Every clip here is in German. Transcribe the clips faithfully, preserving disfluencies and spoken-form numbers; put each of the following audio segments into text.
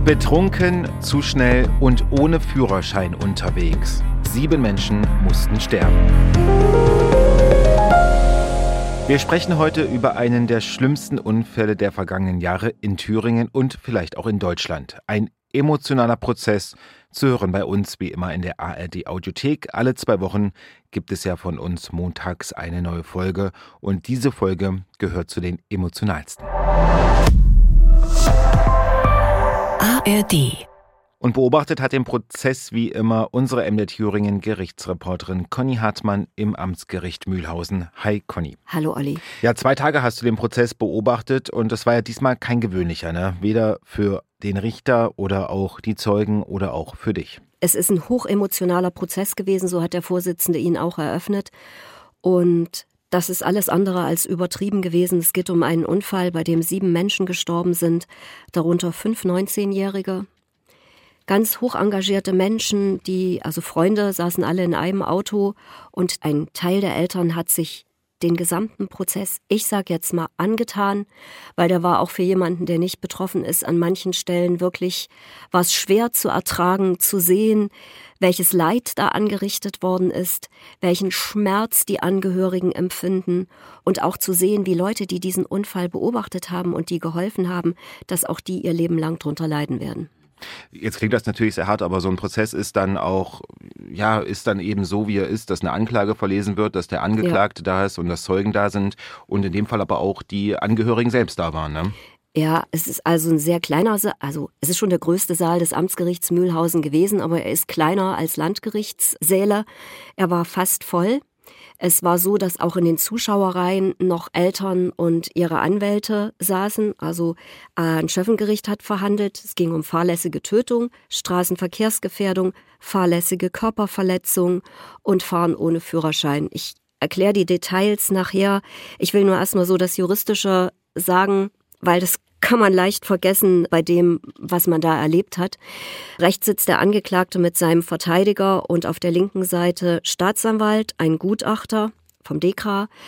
Betrunken, zu schnell und ohne Führerschein unterwegs. Sieben Menschen mussten sterben. Wir sprechen heute über einen der schlimmsten Unfälle der vergangenen Jahre in Thüringen und vielleicht auch in Deutschland. Ein emotionaler Prozess, zu hören bei uns wie immer in der A R D Audiothek. Alle zwei Wochen gibt es ja von uns montags eine neue Folge und diese Folge gehört zu den emotionalsten. A R D. Und beobachtet hat den Prozess wie immer unsere M D R Thüringen Gerichtsreporterin Conny Hartmann im Amtsgericht Mühlhausen. Hi Conny. Hallo Olli. Ja, zwei Tage hast du den Prozess beobachtet und es war ja diesmal kein gewöhnlicher, ne? Weder für den Richter oder auch die Zeugen oder auch für dich. Es ist ein hochemotionaler Prozess gewesen, so hat der Vorsitzende ihn auch eröffnet. Und das ist alles andere als übertrieben gewesen. Es geht um einen Unfall, bei dem sieben Menschen gestorben sind, darunter fünf neunzehnjährige. Ganz hoch engagierte Menschen, die, also Freunde, saßen alle in einem Auto und ein Teil der Eltern hat sich den gesamten Prozess, ich sag jetzt mal, angetan, weil der war auch für jemanden, der nicht betroffen ist, an manchen Stellen wirklich, war es schwer zu ertragen, zu sehen, welches Leid da angerichtet worden ist, welchen Schmerz die Angehörigen empfinden und auch zu sehen, wie Leute, die diesen Unfall beobachtet haben und die geholfen haben, dass auch die ihr Leben lang drunter leiden werden. Jetzt klingt das natürlich sehr hart, aber so ein Prozess ist dann auch, ja, ist dann eben so, wie er ist, dass eine Anklage verlesen wird, dass der Angeklagte ja. da ist und dass Zeugen da sind und in dem Fall aber auch die Angehörigen selbst da waren, ne? Ja, es ist also ein sehr kleiner Saal, also es ist schon der größte Saal des Amtsgerichts Mühlhausen gewesen, aber er ist kleiner als Landgerichtssäle. Er war fast voll. Es war so, dass auch in den Zuschauerreihen noch Eltern und ihre Anwälte saßen. Also ein Schöffengericht hat verhandelt. Es ging um fahrlässige Tötung, Straßenverkehrsgefährdung, fahrlässige Körperverletzung und Fahren ohne Führerschein. Ich erkläre die Details nachher. Ich will nur erstmal so das Juristische sagen, weil das kann man leicht vergessen bei dem, was man da erlebt hat. Rechts sitzt der Angeklagte mit seinem Verteidiger und auf der linken Seite Staatsanwalt, ein Gutachter vom D K R,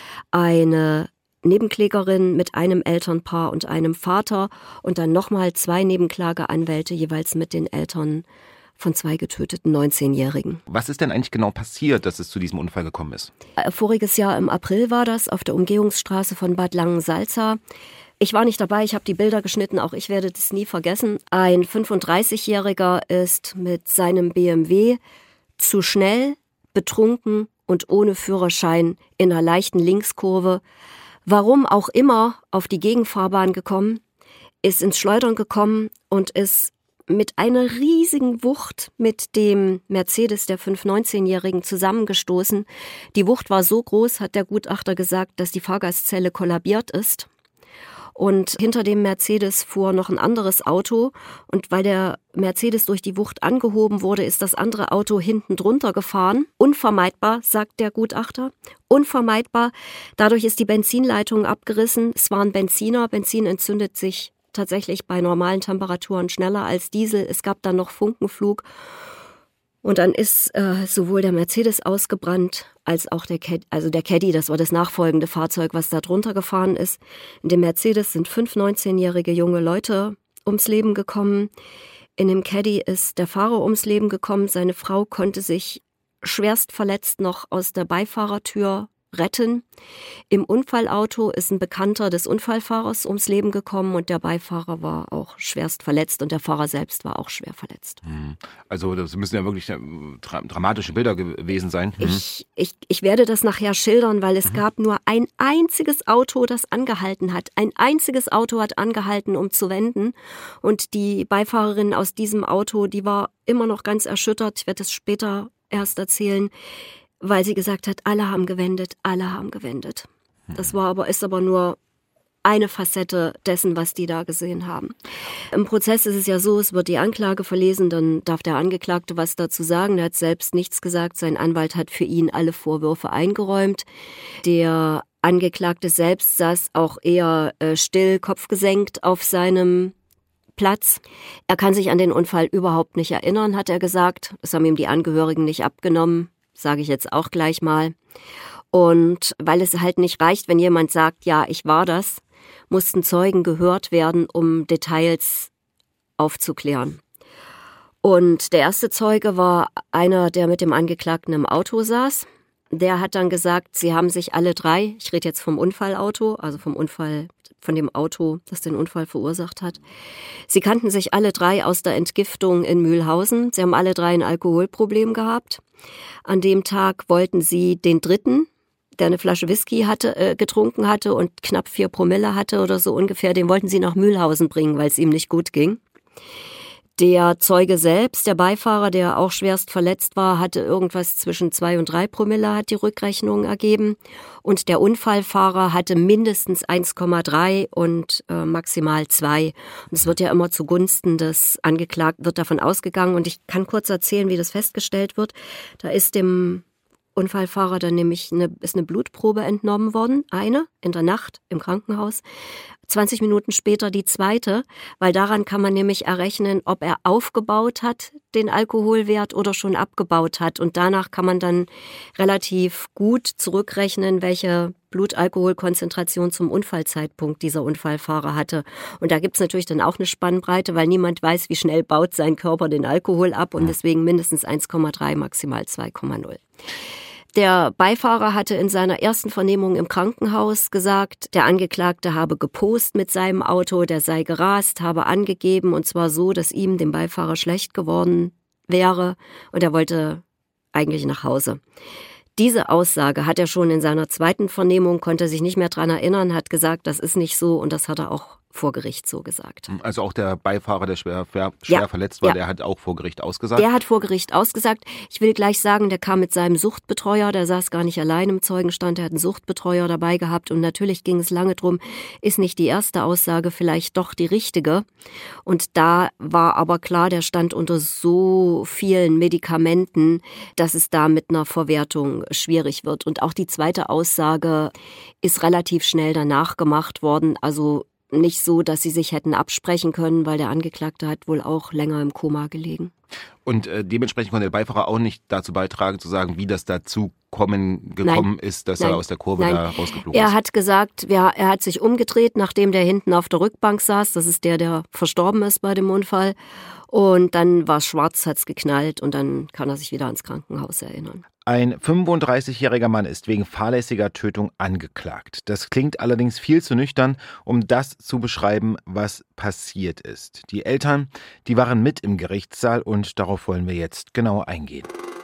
eine Nebenklägerin mit einem Elternpaar und einem Vater und dann nochmal zwei Nebenklageanwälte, jeweils mit den Eltern von zwei getöteten neunzehnjährigen. Was ist denn eigentlich genau passiert, dass es zu diesem Unfall gekommen ist? Voriges Jahr im April war das auf der Umgehungsstraße von Bad Langensalza. Ich war nicht dabei, ich habe die Bilder geschnitten, auch ich werde das nie vergessen. Ein fünfunddreißigjähriger ist mit seinem B M W zu schnell, betrunken und ohne Führerschein in einer leichten Linkskurve, warum auch immer, auf die Gegenfahrbahn gekommen, ist ins Schleudern gekommen und ist mit einer riesigen Wucht mit dem Mercedes der fünf neunzehnjährigen zusammengestoßen. Die Wucht war so groß, hat der Gutachter gesagt, dass die Fahrgastzelle kollabiert ist. Und hinter dem Mercedes fuhr noch ein anderes Auto. Und weil der Mercedes durch die Wucht angehoben wurde, ist das andere Auto hinten drunter gefahren. Unvermeidbar, sagt der Gutachter. Unvermeidbar. Dadurch ist die Benzinleitung abgerissen. Es war ein Benziner. Benzin entzündet sich tatsächlich bei normalen Temperaturen schneller als Diesel. Es gab dann noch Funkenflug. Und dann ist äh, sowohl der Mercedes ausgebrannt, als auch der Caddy, also der Caddy, das war das nachfolgende Fahrzeug, was da drunter gefahren ist. In dem Mercedes sind fünf neunzehnjährige junge Leute ums Leben gekommen. In dem Caddy ist der Fahrer ums Leben gekommen. Seine Frau konnte sich schwerst verletzt noch aus der Beifahrertür retten. Im Unfallauto ist ein Bekannter des Unfallfahrers ums Leben gekommen und der Beifahrer war auch schwerst verletzt und der Fahrer selbst war auch schwer verletzt. Also das müssen ja wirklich dra- dramatische Bilder gewesen sein. Mhm. Ich, ich, ich werde das nachher schildern, weil es mhm. gab nur ein einziges Auto, das angehalten hat. Ein einziges Auto hat angehalten, um zu wenden und die Beifahrerin aus diesem Auto, die war immer noch ganz erschüttert. Ich werde es später erst erzählen, weil sie gesagt hat, alle haben gewendet, alle haben gewendet. Das war aber, ist aber nur eine Facette dessen, was die da gesehen haben. Im Prozess ist es ja so, es wird die Anklage verlesen, dann darf der Angeklagte was dazu sagen. Er hat selbst nichts gesagt, sein Anwalt hat für ihn alle Vorwürfe eingeräumt. Der Angeklagte selbst saß auch eher äh, still, Kopf gesenkt auf seinem Platz. Er kann sich an den Unfall überhaupt nicht erinnern, hat er gesagt. Das haben ihm die Angehörigen nicht abgenommen. Sage ich jetzt auch gleich mal. Und weil es halt nicht reicht, wenn jemand sagt, ja, ich war das, mussten Zeugen gehört werden, um Details aufzuklären. Und der erste Zeuge war einer, der mit dem Angeklagten im Auto saß. Der hat dann gesagt, sie haben sich alle drei, ich rede jetzt vom Unfallauto, also vom Unfall, von dem Auto, das den Unfall verursacht hat. Sie kannten sich alle drei aus der Entgiftung in Mühlhausen. Sie haben alle drei ein Alkoholproblem gehabt. An dem Tag wollten sie den Dritten, der eine Flasche Whisky hatte, äh, getrunken hatte und knapp vier Promille hatte oder so ungefähr, den wollten sie nach Mühlhausen bringen, weil es ihm nicht gut ging. Der Zeuge selbst, der Beifahrer, der auch schwerst verletzt war, hatte irgendwas zwischen zwei und drei Promille, hat die Rückrechnung ergeben. Und der Unfallfahrer hatte mindestens eins Komma drei und äh, maximal zwei. Und es wird ja immer zugunsten des Angeklagten, wird davon ausgegangen. Und ich kann kurz erzählen, wie das festgestellt wird. Da ist dem Unfallfahrer dann nämlich eine, ist eine Blutprobe entnommen worden, eine in der Nacht im Krankenhaus. zwanzig Minuten später die zweite, weil daran kann man nämlich errechnen, ob er aufgebaut hat, den Alkoholwert, oder schon abgebaut hat. Und danach kann man dann relativ gut zurückrechnen, welche Blutalkoholkonzentration zum Unfallzeitpunkt dieser Unfallfahrer hatte. Und da gibt's natürlich dann auch eine Spannbreite, weil niemand weiß, wie schnell baut sein Körper den Alkohol ab, und deswegen mindestens eins Komma drei, maximal zwei Komma null. Der Beifahrer hatte in seiner ersten Vernehmung im Krankenhaus gesagt, der Angeklagte habe gepost mit seinem Auto, der sei gerast, habe angegeben, und zwar so, dass ihm, dem Beifahrer, schlecht geworden wäre und er wollte eigentlich nach Hause. Diese Aussage hat er schon in seiner zweiten Vernehmung, konnte sich nicht mehr dran erinnern, hat gesagt, das ist nicht so, und das hat er auch vor Gericht so gesagt. Also auch der Beifahrer, der schwer, schwer ja, verletzt war, ja. der hat auch vor Gericht ausgesagt? Der hat vor Gericht ausgesagt. Ich will gleich sagen, der kam mit seinem Suchtbetreuer, der saß gar nicht allein im Zeugenstand, der hat einen Suchtbetreuer dabei gehabt, und natürlich ging es lange drum, ist nicht die erste Aussage vielleicht doch die richtige? Und da war aber klar, der stand unter so vielen Medikamenten, dass es da mit einer Verwertung schwierig wird. Und auch die zweite Aussage ist relativ schnell danach gemacht worden, also nicht so, dass sie sich hätten absprechen können, weil der Angeklagte hat wohl auch länger im Koma gelegen. Und äh, dementsprechend konnte der Beifahrer auch nicht dazu beitragen, zu sagen, wie das dazu kommen, gekommen Nein. ist, dass Nein. er aus der Kurve Nein. da rausgeflogen er ist. Er hat gesagt, ja, er hat sich umgedreht, nachdem der hinten auf der Rückbank saß. Das ist der, der verstorben ist bei dem Unfall. Und dann war es schwarz, hat's geknallt, und dann kann er sich wieder ans Krankenhaus erinnern. Ein fünfunddreißigjähriger Mann ist wegen fahrlässiger Tötung angeklagt. Das klingt allerdings viel zu nüchtern, um das zu beschreiben, was passiert ist. Die Eltern, die waren mit im Gerichtssaal, und darauf wollen wir jetzt genau eingehen.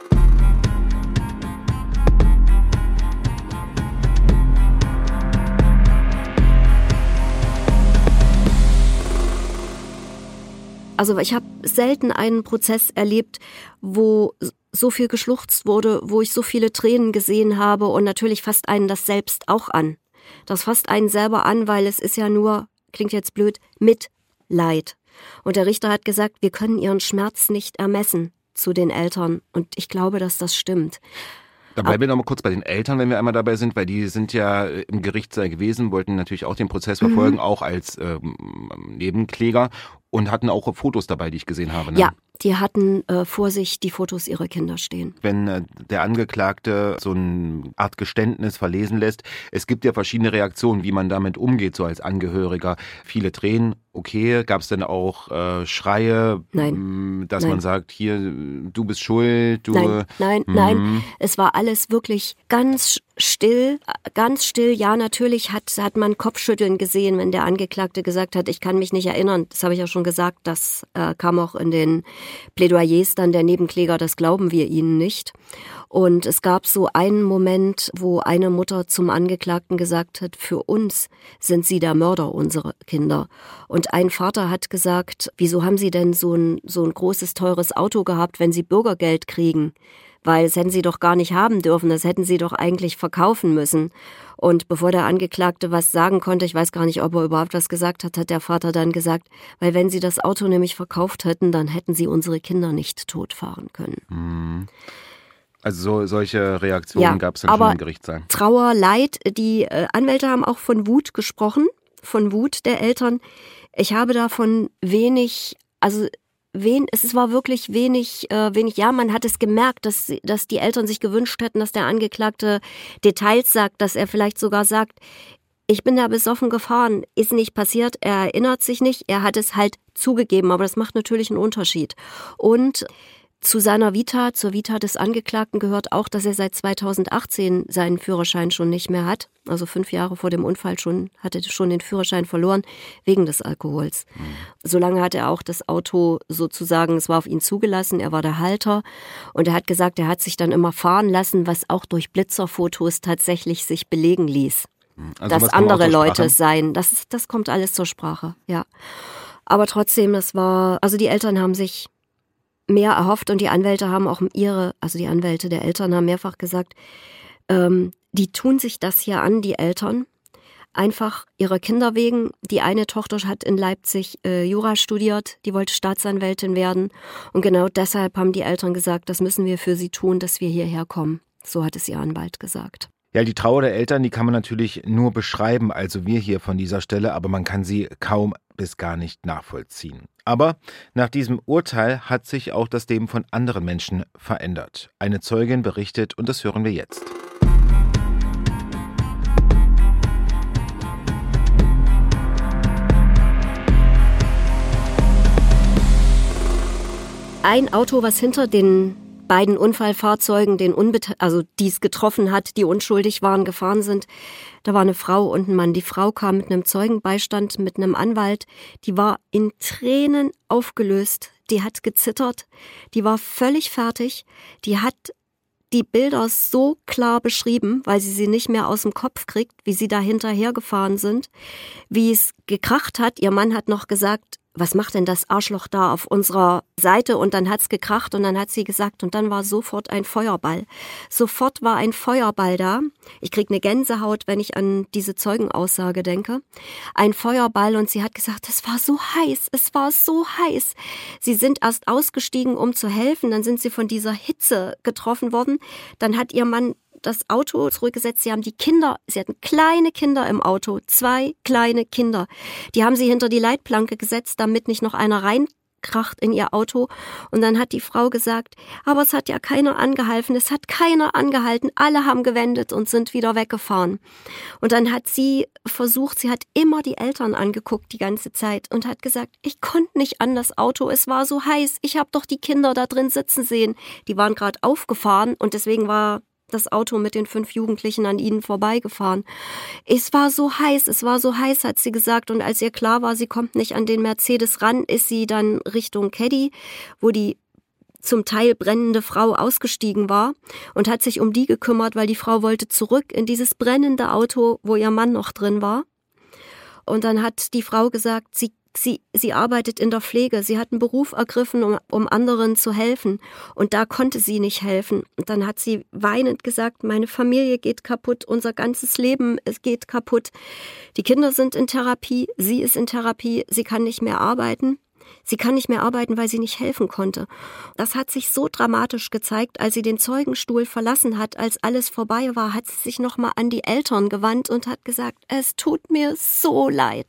Also ich habe selten einen Prozess erlebt, wo so viel geschluchzt wurde, wo ich so viele Tränen gesehen habe, und natürlich fasst einen das selbst auch an. Das fasst einen selber an, weil es ist ja nur, klingt jetzt blöd, Mitleid. Und der Richter hat gesagt, wir können ihren Schmerz nicht ermessen zu den Eltern, und ich glaube, dass das stimmt. Da bleiben wir noch mal kurz bei den Eltern, wenn wir einmal dabei sind, weil die sind ja im Gerichtssaal gewesen, wollten natürlich auch den Prozess verfolgen, mhm. auch als ähm, Nebenkläger, und hatten auch Fotos dabei, die ich gesehen habe. Ne? Ja, die hatten äh, vor sich die Fotos ihrer Kinder stehen. Wenn äh, der Angeklagte so eine Art Geständnis verlesen lässt, es gibt ja verschiedene Reaktionen, wie man damit umgeht, so als Angehöriger. Viele Tränen, okay. Gab es denn auch äh, Schreie, nein. dass nein. man sagt, hier, du bist schuld? Du, nein, nein, mh. nein. Es war alles wirklich ganz still, ganz still. Ja, natürlich hat, hat man Kopfschütteln gesehen, wenn der Angeklagte gesagt hat, ich kann mich nicht erinnern. Das habe ich ja schon gesagt, das äh, kam auch in den Plädoyers dann der Nebenkläger, das glauben wir ihnen nicht. Und es gab so einen Moment, wo eine Mutter zum Angeklagten gesagt hat, für uns sind sie der Mörder unserer Kinder. Und ein Vater hat gesagt, wieso haben sie denn so ein, so ein großes, teures Auto gehabt, wenn sie Bürgergeld kriegen? Weil das hätten sie doch gar nicht haben dürfen, das hätten sie doch eigentlich verkaufen müssen. Und bevor der Angeklagte was sagen konnte, ich weiß gar nicht, ob er überhaupt was gesagt hat, hat der Vater dann gesagt, weil wenn sie das Auto nämlich verkauft hätten, dann hätten sie unsere Kinder nicht totfahren können. Mhm. Also so, solche Reaktionen ja, gab es dann schon im Gerichtssaal. Trauer, Leid, die äh, Anwälte haben auch von Wut gesprochen, von Wut der Eltern. Ich habe davon wenig, also wen, es war wirklich wenig, äh, wenig, ja, man hat es gemerkt, dass, dass die Eltern sich gewünscht hätten, dass der Angeklagte Details sagt, dass er vielleicht sogar sagt, ich bin da besoffen gefahren, ist nicht passiert, er erinnert sich nicht, er hat es halt zugegeben, aber das macht natürlich einen Unterschied. Und zu seiner Vita, zur Vita des Angeklagten gehört auch, dass er seit zweitausendachtzehn seinen Führerschein schon nicht mehr hat. Also fünf Jahre vor dem Unfall schon, hatte schon den Führerschein verloren, wegen des Alkohols. Mhm. Solange hat er auch das Auto sozusagen, es war auf ihn zugelassen, er war der Halter. Und er hat gesagt, er hat sich dann immer fahren lassen, was auch durch Blitzerfotos tatsächlich sich belegen ließ. Also dass andere Leute seien. Das, das kommt alles zur Sprache, ja. Aber trotzdem, das war, also die Eltern haben sich mehr erhofft und die Anwälte haben auch ihre, also die Anwälte der Eltern haben mehrfach gesagt, ähm, die tun sich das hier an, die Eltern, einfach ihrer Kinder wegen. Die eine Tochter hat in Leipzig äh, Jura studiert, die wollte Staatsanwältin werden und genau deshalb haben die Eltern gesagt, das müssen wir für sie tun, dass wir hierher kommen. So hat es ihr Anwalt gesagt. Ja, die Trauer der Eltern, die kann man natürlich nur beschreiben, also wir hier von dieser Stelle, aber man kann sie kaum bis gar nicht nachvollziehen. Aber nach diesem Urteil hat sich auch das Leben von anderen Menschen verändert. Eine Zeugin berichtet und das hören wir jetzt. Ein Auto, was hinter den beiden Unfallfahrzeugen, den Unbete- also die es getroffen hat, die unschuldig waren, gefahren sind. Da war eine Frau und ein Mann. Die Frau kam mit einem Zeugenbeistand, mit einem Anwalt. Die war in Tränen aufgelöst. Die hat gezittert. Die war völlig fertig. Die hat die Bilder so klar beschrieben, weil sie sie nicht mehr aus dem Kopf kriegt, wie sie da hinterher gefahren sind, wie es gekracht hat. Ihr Mann hat noch gesagt, was macht denn das Arschloch da auf unserer Seite? Und dann hat's gekracht und dann hat sie gesagt, und dann war sofort ein Feuerball. Sofort war ein Feuerball da. Ich krieg eine Gänsehaut, wenn ich an diese Zeugenaussage denke. Ein Feuerball und sie hat gesagt, es war so heiß, es war so heiß. Sie sind erst ausgestiegen, um zu helfen, dann sind sie von dieser Hitze getroffen worden. Dann hat ihr Mann das Auto zurückgesetzt. Sie haben die Kinder, sie hatten kleine Kinder im Auto, zwei kleine Kinder. Die haben sie hinter die Leitplanke gesetzt, damit nicht noch einer reinkracht in ihr Auto. Und dann hat die Frau gesagt, aber es hat ja keiner angehalten, es hat keiner angehalten, alle haben gewendet und sind wieder weggefahren. Und dann hat sie versucht, sie hat immer die Eltern angeguckt die ganze Zeit und hat gesagt, ich konnte nicht an das Auto, es war so heiß, ich habe doch die Kinder da drin sitzen sehen. Die waren gerade aufgefahren und deswegen war das Auto mit den fünf Jugendlichen an ihnen vorbeigefahren. Es war so heiß, es war so heiß, hat sie gesagt. Und als ihr klar war, sie kommt nicht an den Mercedes ran, ist sie dann Richtung Caddy, wo die zum Teil brennende Frau ausgestiegen war und hat sich um die gekümmert, weil die Frau wollte zurück in dieses brennende Auto, wo ihr Mann noch drin war. Und dann hat die Frau gesagt, sie Sie, sie arbeitet in der Pflege, sie hat einen Beruf ergriffen, um, um anderen zu helfen. Und da konnte sie nicht helfen. Und dann hat sie weinend gesagt, meine Familie geht kaputt, unser ganzes Leben es geht kaputt. Die Kinder sind in Therapie, sie ist in Therapie, sie kann nicht mehr arbeiten. Sie kann nicht mehr arbeiten, weil sie nicht helfen konnte. Das hat sich so dramatisch gezeigt, als sie den Zeugenstuhl verlassen hat, als alles vorbei war, hat sie sich nochmal an die Eltern gewandt und hat gesagt, es tut mir so leid.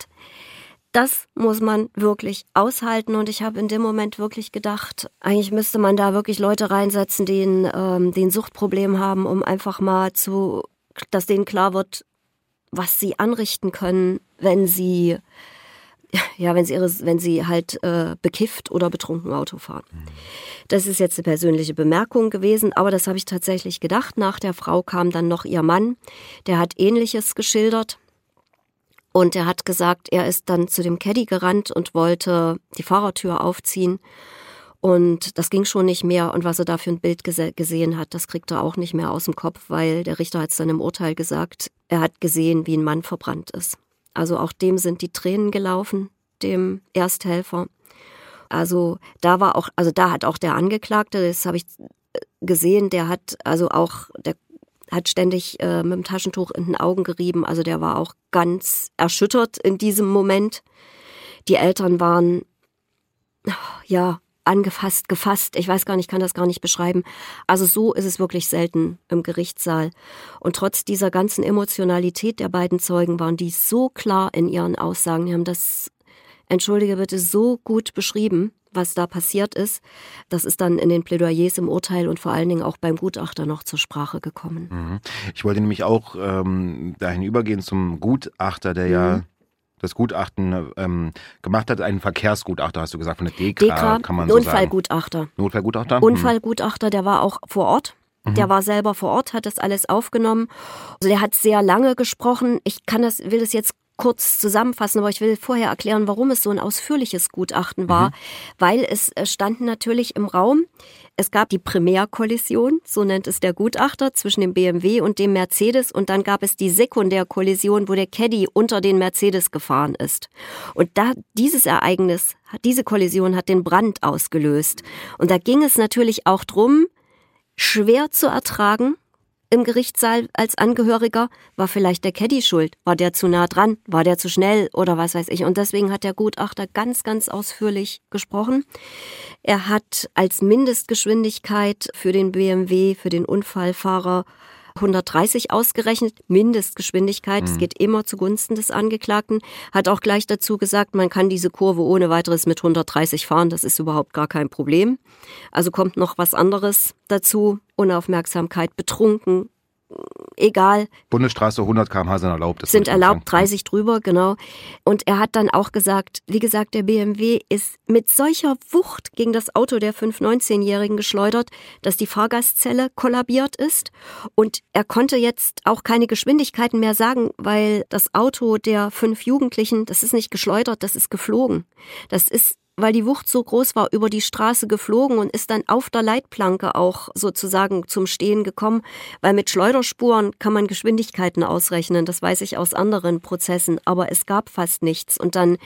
Das muss man wirklich aushalten und ich habe in dem Moment wirklich gedacht, eigentlich müsste man da wirklich Leute reinsetzen, die ein, ähm, die ein Suchtproblem haben, um einfach mal zu, dass denen klar wird, was sie anrichten können, wenn sie, ja, wenn sie ihre, wenn sie halt äh, bekifft oder betrunken Auto fahren. Das ist jetzt eine persönliche Bemerkung gewesen, aber das habe ich tatsächlich gedacht. Nach der Frau kam dann noch ihr Mann, der hat Ähnliches geschildert. Und er hat gesagt, er ist dann zu dem Caddy gerannt und wollte die Fahrertür aufziehen. Und das ging schon nicht mehr. Und was er da für ein Bild gese- gesehen hat, das kriegt er auch nicht mehr aus dem Kopf, weil der Richter hat es dann im Urteil gesagt, er hat gesehen, wie ein Mann verbrannt ist. Also auch dem sind die Tränen gelaufen, dem Ersthelfer. Also da war auch, also da hat auch der Angeklagte, das habe ich gesehen, der hat also auch, der hat ständig äh, mit dem Taschentuch in den Augen gerieben. Also der war auch ganz erschüttert in diesem Moment. Die Eltern waren, ja, angefasst, gefasst. Ich weiß gar nicht, ich kann das gar nicht beschreiben. Also so ist es wirklich selten im Gerichtssaal. Und trotz dieser ganzen Emotionalität der beiden Zeugen waren die so klar in ihren Aussagen. Die haben das, entschuldige bitte, so gut beschrieben. was da passiert ist. Das ist dann in den Plädoyers im Urteil und vor allen Dingen auch beim Gutachter noch zur Sprache gekommen. Ich wollte nämlich auch ähm, dahin übergehen zum Gutachter, der mhm. ja das Gutachten ähm, gemacht hat. Ein Verkehrsgutachter, hast du gesagt, von der D K R A, kann man so sagen. Unfallgutachter. Notfallgutachter? Unfallgutachter, der war auch vor Ort. Der war selber vor Ort, hat das alles aufgenommen. Also der hat sehr lange gesprochen. Ich kann das, will das jetzt kurz zusammenfassen, aber ich will vorher erklären, warum es so ein ausführliches Gutachten war. Mhm. Weil es standen natürlich im Raum, es gab die Primärkollision, so nennt es der Gutachter, zwischen dem B M W und dem Mercedes. Und dann gab es die Sekundärkollision, wo der Caddy unter den Mercedes gefahren ist. Und da dieses Ereignis, diese Kollision hat den Brand ausgelöst. Und da ging es natürlich auch drum, schwer zu ertragen im Gerichtssaal als Angehöriger, war vielleicht der Caddy schuld? War der zu nah dran? War der zu schnell? Oder was weiß ich? Und deswegen hat der Gutachter ganz, ganz ausführlich gesprochen. Er hat als Mindestgeschwindigkeit für den B M W, für den Unfallfahrer hundertdreißig ausgerechnet, Mindestgeschwindigkeit, es mhm. geht immer zugunsten des Angeklagten, hat auch gleich dazu gesagt, man kann diese Kurve ohne weiteres mit hundertdreißig fahren, das ist überhaupt gar kein Problem. Also kommt noch was anderes dazu, Unaufmerksamkeit, betrunken, egal. Bundesstraße hundert Kilometer pro Stunde sind erlaubt. Das sind erlaubt, dreißig drüber, genau. Und er hat dann auch gesagt, wie gesagt, der B M W ist mit solcher Wucht gegen das Auto der fünf neunzehnjährigen geschleudert, dass die Fahrgastzelle kollabiert ist. Und er konnte jetzt auch keine Geschwindigkeiten mehr sagen, weil das Auto der fünf Jugendlichen, das ist nicht geschleudert, das ist geflogen. Das ist, weil die Wucht so groß war, über die Straße geflogen und ist dann auf der Leitplanke auch sozusagen zum Stehen gekommen, weil mit Schleuderspuren kann man Geschwindigkeiten ausrechnen, das weiß ich aus anderen Prozessen, aber es gab fast nichts. Und dann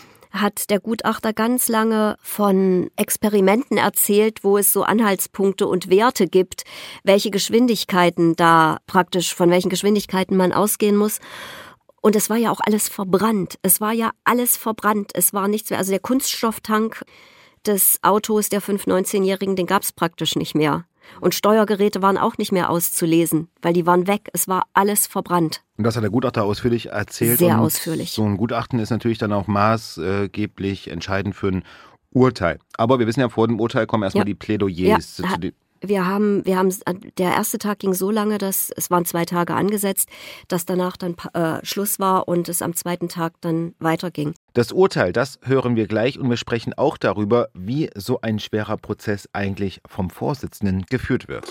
hat der Gutachter ganz lange von Experimenten erzählt, wo es so Anhaltspunkte und Werte gibt, welche Geschwindigkeiten da praktisch, von welchen Geschwindigkeiten man ausgehen muss. Und es war ja auch alles verbrannt. Es war ja alles verbrannt. Es war nichts mehr. Also der Kunststofftank des Autos der fünf neunzehnjährigen, den gab es praktisch nicht mehr. Und Steuergeräte waren auch nicht mehr auszulesen, weil die waren weg. Es war alles verbrannt. Und das hat der Gutachter ausführlich erzählt. Sehr und ausführlich. So ein Gutachten ist natürlich dann auch maßgeblich entscheidend für ein Urteil. Aber wir wissen ja, vor dem Urteil kommen erstmal ja. die Plädoyers. Ja. Zu den Wir haben, wir haben, der erste Tag ging so lange, dass es waren zwei Tage angesetzt, dass danach dann äh, Schluss war und es am zweiten Tag dann weiterging. Das Urteil, das hören wir gleich und wir sprechen auch darüber, wie so ein schwerer Prozess eigentlich vom Vorsitzenden geführt wird.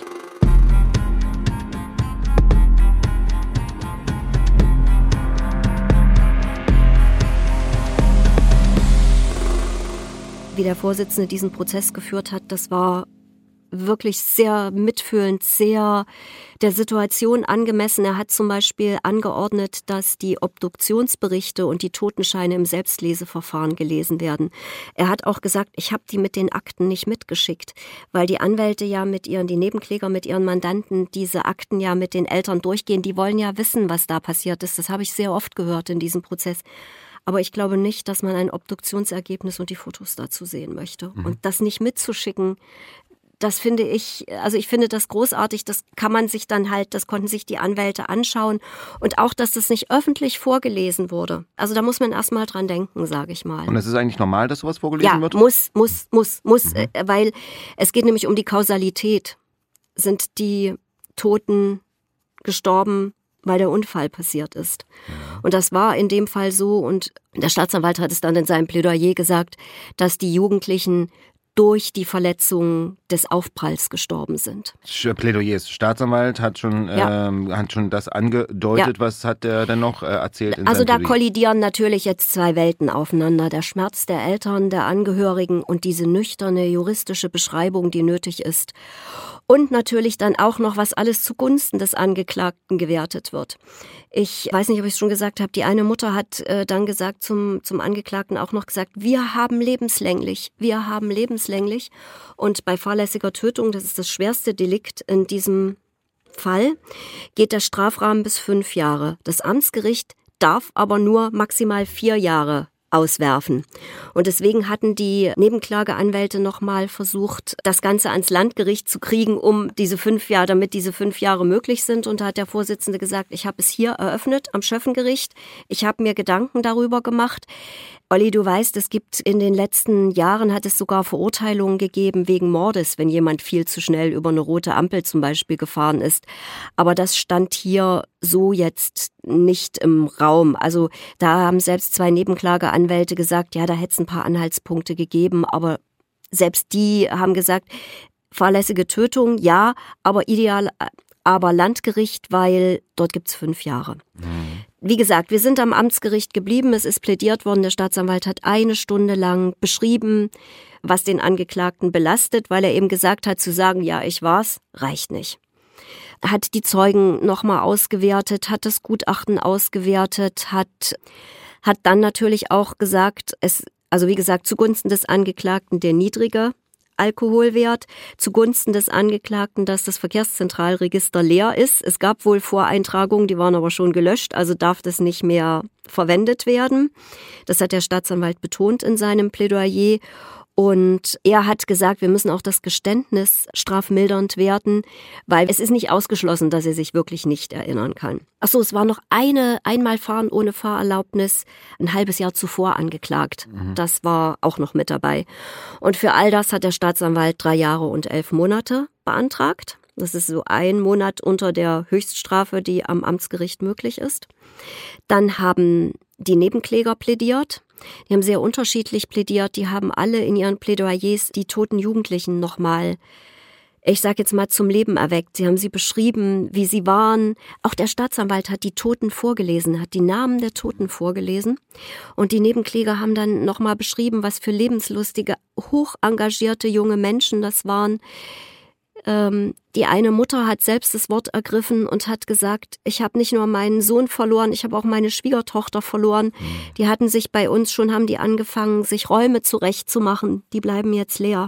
Wie der Vorsitzende diesen Prozess geführt hat, das war wirklich sehr mitfühlend, sehr der Situation angemessen. Er hat zum Beispiel angeordnet, dass die Obduktionsberichte und die Totenscheine im Selbstleseverfahren gelesen werden. Er hat auch gesagt, ich habe die mit den Akten nicht mitgeschickt, weil die Anwälte ja mit ihren, die Nebenkläger mit ihren Mandanten diese Akten ja mit den Eltern durchgehen. Die wollen ja wissen, was da passiert ist. Das habe ich sehr oft gehört in diesem Prozess. Aber ich glaube nicht, dass man ein Obduktionsergebnis und die Fotos dazu sehen möchte. Mhm. Und das nicht mitzuschicken, das finde ich, also ich finde das großartig, das kann man sich dann halt, das konnten sich die Anwälte anschauen und auch, dass das nicht öffentlich vorgelesen wurde. Also da muss man erstmal dran denken, sage ich mal. Und es ist eigentlich normal, dass sowas vorgelesen ja, wird? Ja, muss, muss, muss, muss, mhm. weil es geht nämlich um die Kausalität. Sind die Toten gestorben, weil der Unfall passiert ist? Ja. Und das war in dem Fall so und der Staatsanwalt hat es dann in seinem Plädoyer gesagt, dass die Jugendlichen durch die Verletzungen des Aufpralls gestorben sind. Plädoyers. Staatsanwalt hat schon, ja. ähm, hat schon das angedeutet. Ja. Was hat er denn noch äh, erzählt? In also da Plädoyer? Kollidieren natürlich jetzt zwei Welten aufeinander. Der Schmerz der Eltern, der Angehörigen und diese nüchterne juristische Beschreibung, die nötig ist. Und natürlich dann auch noch, was alles zugunsten des Angeklagten gewertet wird. Ich weiß nicht, ob ich es schon gesagt habe, die eine Mutter hat äh, dann gesagt zum, zum Angeklagten auch noch gesagt, wir haben lebenslänglich, wir haben lebenslänglich. Und bei fahrlässiger Tötung, das ist das schwerste Delikt in diesem Fall, geht der Strafrahmen bis fünf Jahre. Das Amtsgericht darf aber nur maximal vier Jahre auswerfen. Und deswegen hatten die Nebenklageanwälte nochmal versucht, das Ganze ans Landgericht zu kriegen, um diese fünf Jahre, damit diese fünf Jahre möglich sind. Und da hat der Vorsitzende gesagt, ich habe es hier eröffnet am Schöffengericht. Ich habe mir Gedanken darüber gemacht. Olli, du weißt, es gibt in den letzten Jahren hat es sogar Verurteilungen gegeben wegen Mordes, wenn jemand viel zu schnell über eine rote Ampel zum Beispiel gefahren ist. Aber das stand hier so jetzt nicht im Raum. Also da haben selbst zwei Nebenklageanwälte gesagt, ja, da hätte es ein paar Anhaltspunkte gegeben, aber selbst die haben gesagt, fahrlässige Tötung, ja, aber ideal, aber Landgericht, weil dort gibt's fünf Jahre. Mhm. Wie gesagt, wir sind am Amtsgericht geblieben, es ist plädiert worden, der Staatsanwalt hat eine Stunde lang beschrieben, was den Angeklagten belastet, weil er eben gesagt hat, zu sagen, ja, ich war's, reicht nicht. Hat die Zeugen nochmal ausgewertet, hat das Gutachten ausgewertet, hat, hat dann natürlich auch gesagt, es, also wie gesagt, zugunsten des Angeklagten der niedrige Alkoholwert, zugunsten des Angeklagten, dass das Verkehrszentralregister leer ist. Es gab wohl Voreintragungen, die waren aber schon gelöscht, also darf das nicht mehr verwendet werden. Das hat der Staatsanwalt betont in seinem Plädoyer. Und er hat gesagt, wir müssen auch das Geständnis strafmildernd werten, weil es ist nicht ausgeschlossen, dass er sich wirklich nicht erinnern kann. Ach so, es war noch eine einmal Fahren ohne Fahrerlaubnis ein halbes Jahr zuvor angeklagt. Mhm. Das war auch noch mit dabei. Und für all das hat der Staatsanwalt drei Jahre und elf Monate beantragt. Das ist so ein Monat unter der Höchststrafe, die am Amtsgericht möglich ist. Dann haben die Nebenkläger plädiert. Die haben sehr unterschiedlich plädiert. Die haben alle in ihren Plädoyers die toten Jugendlichen nochmal, ich sage jetzt mal, zum Leben erweckt. Sie haben sie beschrieben, wie sie waren. Auch der Staatsanwalt hat die Toten vorgelesen, hat die Namen der Toten vorgelesen. Und die Nebenkläger haben dann nochmal beschrieben, was für lebenslustige, hoch engagierte junge Menschen das waren. Ähm, die eine Mutter hat selbst das Wort ergriffen und hat gesagt, ich habe nicht nur meinen Sohn verloren, ich habe auch meine Schwiegertochter verloren. Die hatten sich bei uns schon, haben die angefangen, sich Räume zurechtzumachen. Die bleiben jetzt leer.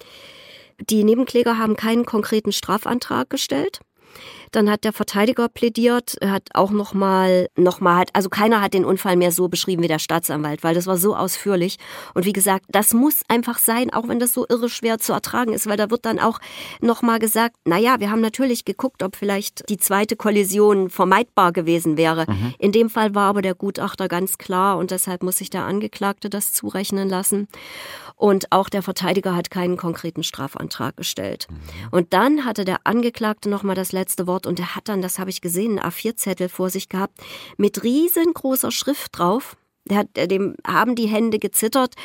Die Nebenkläger haben keinen konkreten Strafantrag gestellt. Dann hat der Verteidiger plädiert, er hat auch nochmal, noch mal, also keiner hat den Unfall mehr so beschrieben wie der Staatsanwalt, weil das war so ausführlich. Und wie gesagt, das muss einfach sein, auch wenn das so irre schwer zu ertragen ist, weil da wird dann auch nochmal gesagt, naja, wir haben natürlich geguckt, ob vielleicht die zweite Kollision vermeidbar gewesen wäre. Mhm. In dem Fall war aber der Gutachter ganz klar und deshalb muss sich der Angeklagte das zurechnen lassen. Und auch der Verteidiger hat keinen konkreten Strafantrag gestellt. Mhm. Und dann hatte der Angeklagte nochmal das letzte Wort und er hat dann, das habe ich gesehen, einen A vier Zettel vor sich gehabt mit riesengroßer Schrift drauf. Der hat, dem haben die Hände gezittert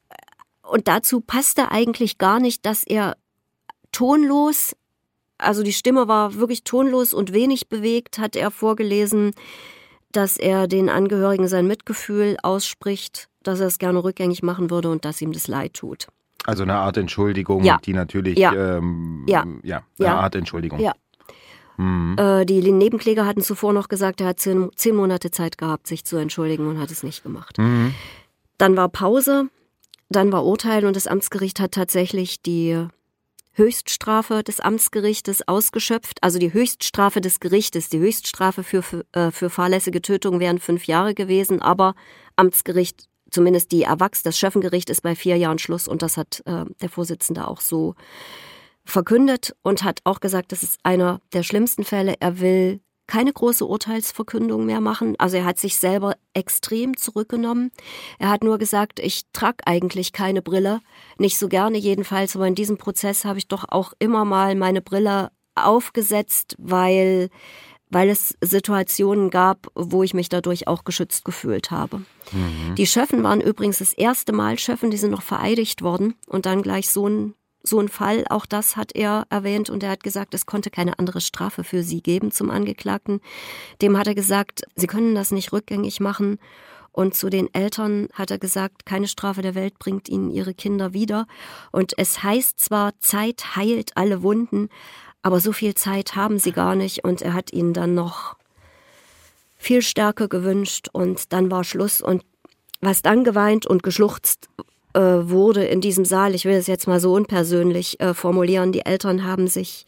und dazu passte eigentlich gar nicht, dass er tonlos, also die Stimme war wirklich tonlos und wenig bewegt, hat er vorgelesen, dass er den Angehörigen sein Mitgefühl ausspricht, dass er es gerne rückgängig machen würde und dass ihm das leid tut. Also eine Art Entschuldigung, ja. die natürlich, ja, ähm, ja. ja eine ja. Art Entschuldigung. Ja. Mhm. Äh, die Nebenkläger hatten zuvor noch gesagt, er hat zehn, zehn Monate Zeit gehabt, sich zu entschuldigen und hat es nicht gemacht. Mhm. Dann war Pause, dann war Urteil und das Amtsgericht hat tatsächlich die Höchststrafe des Amtsgerichtes ausgeschöpft, also die Höchststrafe des Gerichtes. Die Höchststrafe für, für, äh, für fahrlässige Tötung wären fünf Jahre gewesen, aber Amtsgericht, zumindest die Erwachs, das Schöffengericht ist bei vier Jahren Schluss und das hat äh, der Vorsitzende auch so verkündet und hat auch gesagt, das ist einer der schlimmsten Fälle. Er will keine große Urteilsverkündung mehr machen. Also er hat sich selber extrem zurückgenommen. Er hat nur gesagt, ich trage eigentlich keine Brille. Nicht so gerne jedenfalls, aber in diesem Prozess habe ich doch auch immer mal meine Brille aufgesetzt, weil, weil es Situationen gab, wo ich mich dadurch auch geschützt gefühlt habe. Mhm. Die Schöffen waren übrigens das erste Mal Schöffen, die sind noch vereidigt worden und dann gleich so ein So ein Fall, auch das hat er erwähnt und er hat gesagt, es konnte keine andere Strafe für sie geben zum Angeklagten. Dem hat er gesagt, sie können das nicht rückgängig machen und zu den Eltern hat er gesagt, keine Strafe der Welt bringt ihnen ihre Kinder wieder und es heißt zwar, Zeit heilt alle Wunden, aber so viel Zeit haben sie gar nicht und er hat ihnen dann noch viel Stärke gewünscht und dann war Schluss und was dann geweint und geschluchzt wurde in diesem Saal, ich will es jetzt mal so unpersönlich äh, formulieren, die Eltern haben sich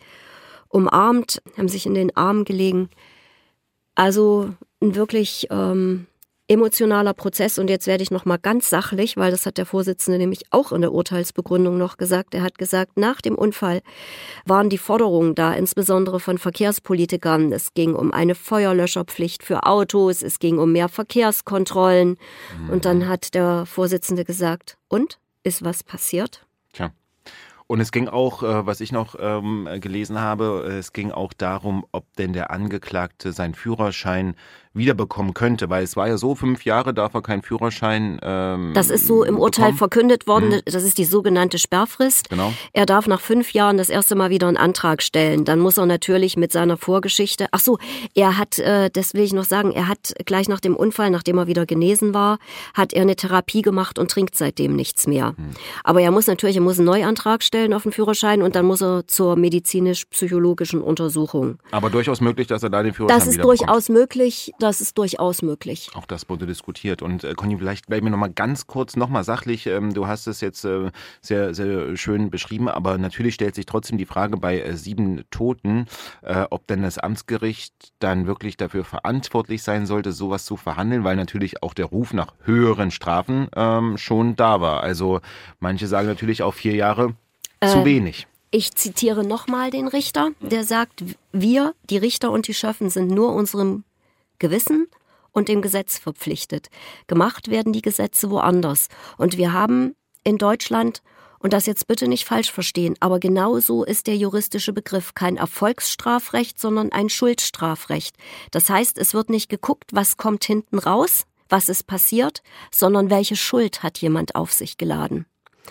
umarmt, haben sich in den Arm gelegen. Also ein wirklich ähm, emotionaler Prozess. Und jetzt werde ich noch mal ganz sachlich, weil das hat der Vorsitzende nämlich auch in der Urteilsbegründung noch gesagt. Er hat gesagt, nach dem Unfall waren die Forderungen da, insbesondere von Verkehrspolitikern. Es ging um eine Feuerlöscherpflicht für Autos, es ging um mehr Verkehrskontrollen. Mhm. Und dann hat der Vorsitzende gesagt, und? Ist was passiert? Tja. Und es ging auch, was ich noch ähm, gelesen habe, es ging auch darum, ob denn der Angeklagte seinen Führerschein wiederbekommen könnte, weil es war ja so, fünf Jahre darf er keinen Führerschein ähm, Das ist so im Urteil bekommen. verkündet worden, Mhm. das ist die sogenannte Sperrfrist. Genau. Er darf nach fünf Jahren das erste Mal wieder einen Antrag stellen. Dann muss er natürlich mit seiner Vorgeschichte, ach so, er hat, äh, das will ich noch sagen, er hat gleich nach dem Unfall, nachdem er wieder genesen war, hat er eine Therapie gemacht und trinkt seitdem nichts mehr. Mhm. Aber er muss natürlich, er muss einen Neuantrag stellen auf den Führerschein und dann muss er zur medizinisch-psychologischen Untersuchung. Aber durchaus möglich, dass er da den Führerschein Das ist wieder durchaus möglich, das ist durchaus möglich. Auch das wurde diskutiert. Und äh, Conny, vielleicht bleiben wir noch mal ganz kurz, noch mal sachlich. Ähm, du hast es jetzt äh, sehr, sehr schön beschrieben, aber natürlich stellt sich trotzdem die Frage bei äh, sieben Toten, äh, ob denn das Amtsgericht dann wirklich dafür verantwortlich sein sollte, sowas zu verhandeln, weil natürlich auch der Ruf nach höheren Strafen ähm, schon da war. Also manche sagen natürlich auch vier Jahre äh, zu wenig. Ich zitiere nochmal den Richter, der sagt, wir, die Richter und die Schöffen, sind nur unserem Gewissen und dem Gesetz verpflichtet. Gemacht werden die Gesetze woanders. Und wir haben in Deutschland, und das jetzt bitte nicht falsch verstehen, aber genau so ist der juristische Begriff kein Erfolgsstrafrecht, sondern ein Schuldstrafrecht. Das heißt, es wird nicht geguckt, was kommt hinten raus, was ist passiert, sondern welche Schuld hat jemand auf sich geladen.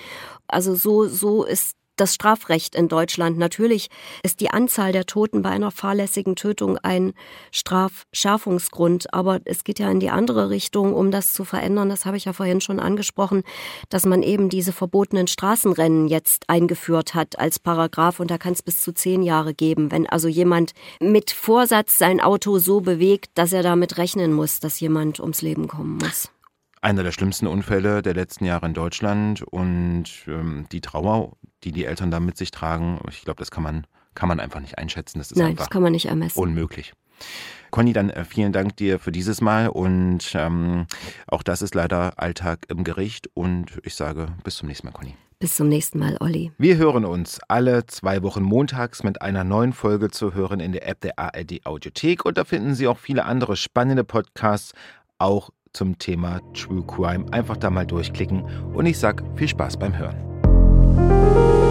Also so, so ist das Strafrecht in Deutschland. Natürlich ist die Anzahl der Toten bei einer fahrlässigen Tötung ein Strafschärfungsgrund, aber es geht ja in die andere Richtung, um das zu verändern. Das habe ich ja vorhin schon angesprochen, dass man eben diese verbotenen Straßenrennen jetzt eingeführt hat als Paragraph und da kann es bis zu zehn Jahre geben, wenn also jemand mit Vorsatz sein Auto so bewegt, dass er damit rechnen muss, dass jemand ums Leben kommen muss. Einer der schlimmsten Unfälle der letzten Jahre in Deutschland und ähm, die Trauer, die die Eltern da mit sich tragen, ich glaube, das kann man, kann man einfach nicht einschätzen. Das ist Nein, einfach das kann man nicht ermessen. Unmöglich. Conny, dann äh, vielen Dank dir für dieses Mal und ähm, auch das ist leider Alltag im Gericht und ich sage bis zum nächsten Mal, Conny. Bis zum nächsten Mal, Olli. Wir hören uns alle zwei Wochen montags mit einer neuen Folge zu hören in der App der A R D Audiothek und da finden Sie auch viele andere spannende Podcasts, auch zum Thema True Crime. Einfach da mal durchklicken und ich sag viel Spaß beim Hören.